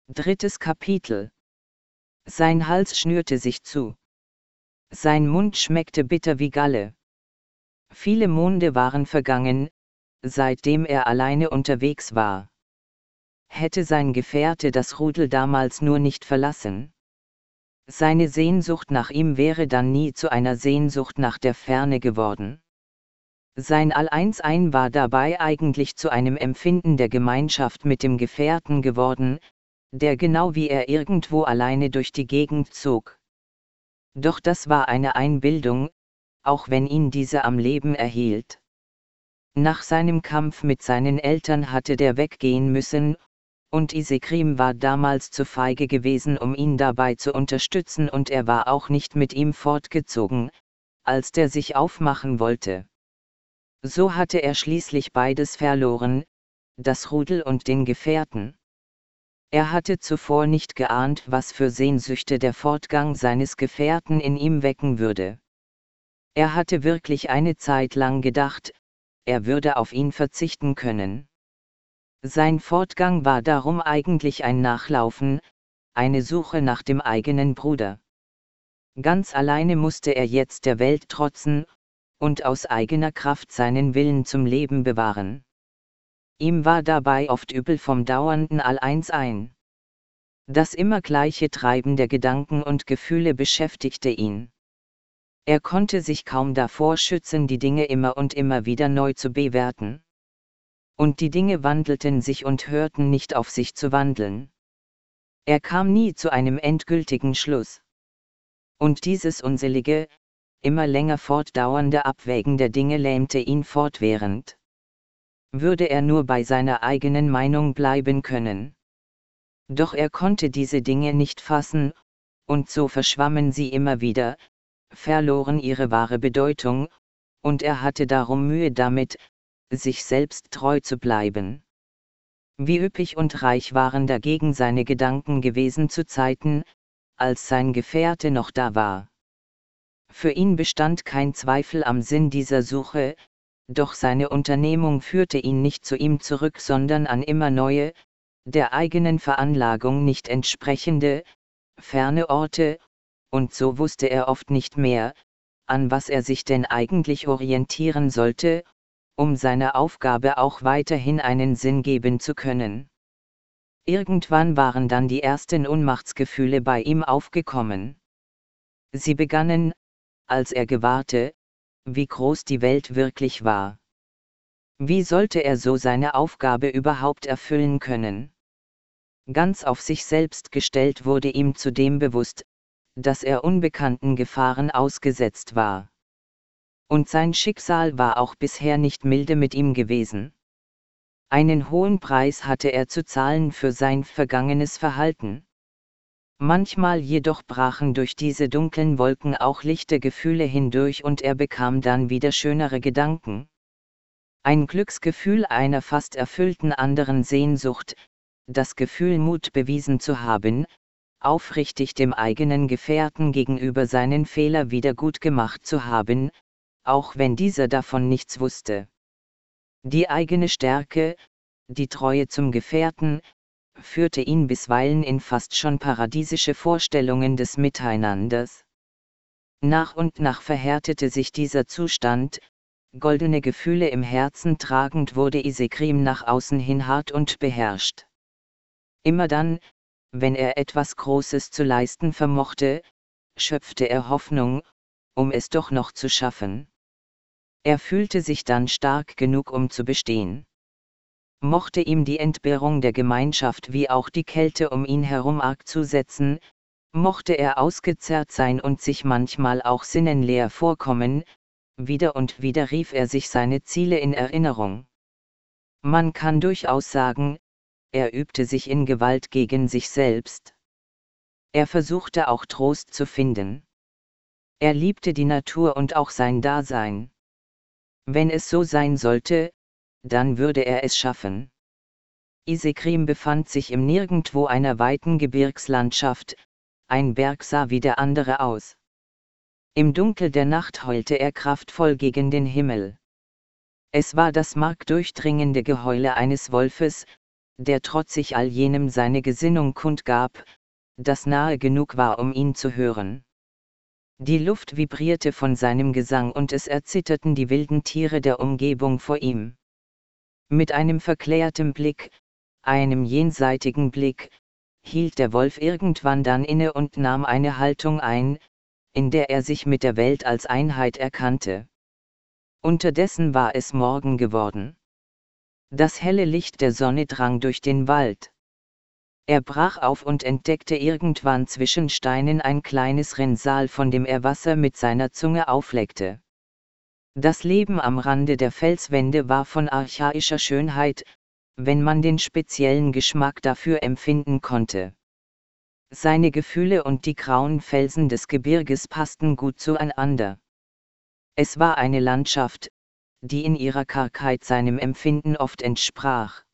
Drittes Kapitel. Sein Hals schnürte sich zu. Sein Mund schmeckte bitter wie Galle. Viele Monde waren vergangen, seitdem er alleine unterwegs war. Hätte sein Gefährte das Rudel damals nur nicht verlassen. Seine Sehnsucht nach ihm wäre dann nie zu einer Sehnsucht nach der Ferne geworden. Sein All-Eins-Ein war dabei eigentlich zu einem Empfinden der Gemeinschaft mit dem Gefährten geworden, der genau wie er irgendwo alleine durch die Gegend zog. Doch das war eine Einbildung, auch wenn ihn diese am Leben erhielt. Nach seinem Kampf mit seinen Eltern hatte der weggehen müssen, und Isegrim war damals zu feige gewesen, um ihn dabei zu unterstützen, und er war auch nicht mit ihm fortgezogen, als der sich aufmachen wollte. So hatte er schließlich beides verloren, das Rudel und den Gefährten. Er hatte zuvor nicht geahnt, was für Sehnsüchte der Fortgang seines Gefährten in ihm wecken würde. Er hatte wirklich eine Zeit lang gedacht, er würde auf ihn verzichten können. Sein Fortgang war darum eigentlich ein Nachlaufen, eine Suche nach dem eigenen Bruder. Ganz alleine musste er jetzt der Welt trotzen, und aus eigener Kraft seinen Willen zum Leben bewahren. Ihm war dabei oft übel vom dauernden All-Eins-Ein. Das immer gleiche Treiben der Gedanken und Gefühle beschäftigte ihn. Er konnte sich kaum davor schützen, die Dinge immer und immer wieder neu zu bewerten. Und die Dinge wandelten sich und hörten nicht auf, sich zu wandeln. Er kam nie zu einem endgültigen Schluss. Und dieses unselige, immer länger fortdauernde Abwägen der Dinge lähmte ihn fortwährend. Würde er nur bei seiner eigenen Meinung bleiben können. Doch er konnte diese Dinge nicht fassen, und so verschwammen sie immer wieder, verloren ihre wahre Bedeutung, und er hatte darum Mühe damit, sich selbst treu zu bleiben. Wie üppig und reich waren dagegen seine Gedanken gewesen zu Zeiten, als sein Gefährte noch da war. Für ihn bestand kein Zweifel am Sinn dieser Suche, doch seine Unternehmung führte ihn nicht zu ihm zurück, sondern an immer neue, der eigenen Veranlagung nicht entsprechende, ferne Orte, und so wusste er oft nicht mehr, an was er sich denn eigentlich orientieren sollte, um seiner Aufgabe auch weiterhin einen Sinn geben zu können. Irgendwann waren dann die ersten Ohnmachtsgefühle bei ihm aufgekommen. Sie begannen, als er gewahrte, wie groß die Welt wirklich war. Wie sollte er so seine Aufgabe überhaupt erfüllen können? Ganz auf sich selbst gestellt wurde ihm zudem bewusst, dass er unbekannten Gefahren ausgesetzt war. Und sein Schicksal war auch bisher nicht milde mit ihm gewesen. Einen hohen Preis hatte er zu zahlen für sein vergangenes Verhalten. Manchmal jedoch brachen durch diese dunklen Wolken auch lichte Gefühle hindurch und er bekam dann wieder schönere Gedanken. Ein Glücksgefühl einer fast erfüllten anderen Sehnsucht, das Gefühl, Mut bewiesen zu haben, aufrichtig dem eigenen Gefährten gegenüber seinen Fehler wieder gut gemacht zu haben, auch wenn dieser davon nichts wusste. Die eigene Stärke, die Treue zum Gefährten, führte ihn bisweilen in fast schon paradiesische Vorstellungen des Miteinanders. Nach und nach verhärtete sich dieser Zustand, goldene Gefühle im Herzen tragend wurde Isegrim nach außen hin hart und beherrscht. Immer dann, wenn er etwas Großes zu leisten vermochte, schöpfte er Hoffnung, um es doch noch zu schaffen. Er fühlte sich dann stark genug, um zu bestehen. Mochte ihm die Entbehrung der Gemeinschaft wie auch die Kälte um ihn herum arg zusetzen, mochte er ausgezehrt sein und sich manchmal auch sinnenleer vorkommen, wieder und wieder rief er sich seine Ziele in Erinnerung. Man kann durchaus sagen, er übte sich in Gewalt gegen sich selbst. Er versuchte auch Trost zu finden. Er liebte die Natur und auch sein Dasein. Wenn es so sein sollte, dann würde er es schaffen. Isegrim befand sich im Nirgendwo einer weiten Gebirgslandschaft, ein Berg sah wie der andere aus. Im Dunkel der Nacht heulte er kraftvoll gegen den Himmel. Es war das markdurchdringende Geheule eines Wolfes, der trotzig all jenem seine Gesinnung kundgab, das nahe genug war, um ihn zu hören. Die Luft vibrierte von seinem Gesang und es erzitterten die wilden Tiere der Umgebung vor ihm. Mit einem verklärten Blick, einem jenseitigen Blick, hielt der Wolf irgendwann dann inne und nahm eine Haltung ein, in der er sich mit der Welt als Einheit erkannte. Unterdessen war es Morgen geworden. Das helle Licht der Sonne drang durch den Wald. Er brach auf und entdeckte irgendwann zwischen Steinen ein kleines Rinnsal, von dem er Wasser mit seiner Zunge aufleckte. Das Leben am Rande der Felswände war von archaischer Schönheit, wenn man den speziellen Geschmack dafür empfinden konnte. Seine Gefühle und die grauen Felsen des Gebirges passten gut zueinander. Es war eine Landschaft, die in ihrer Kargheit seinem Empfinden oft entsprach.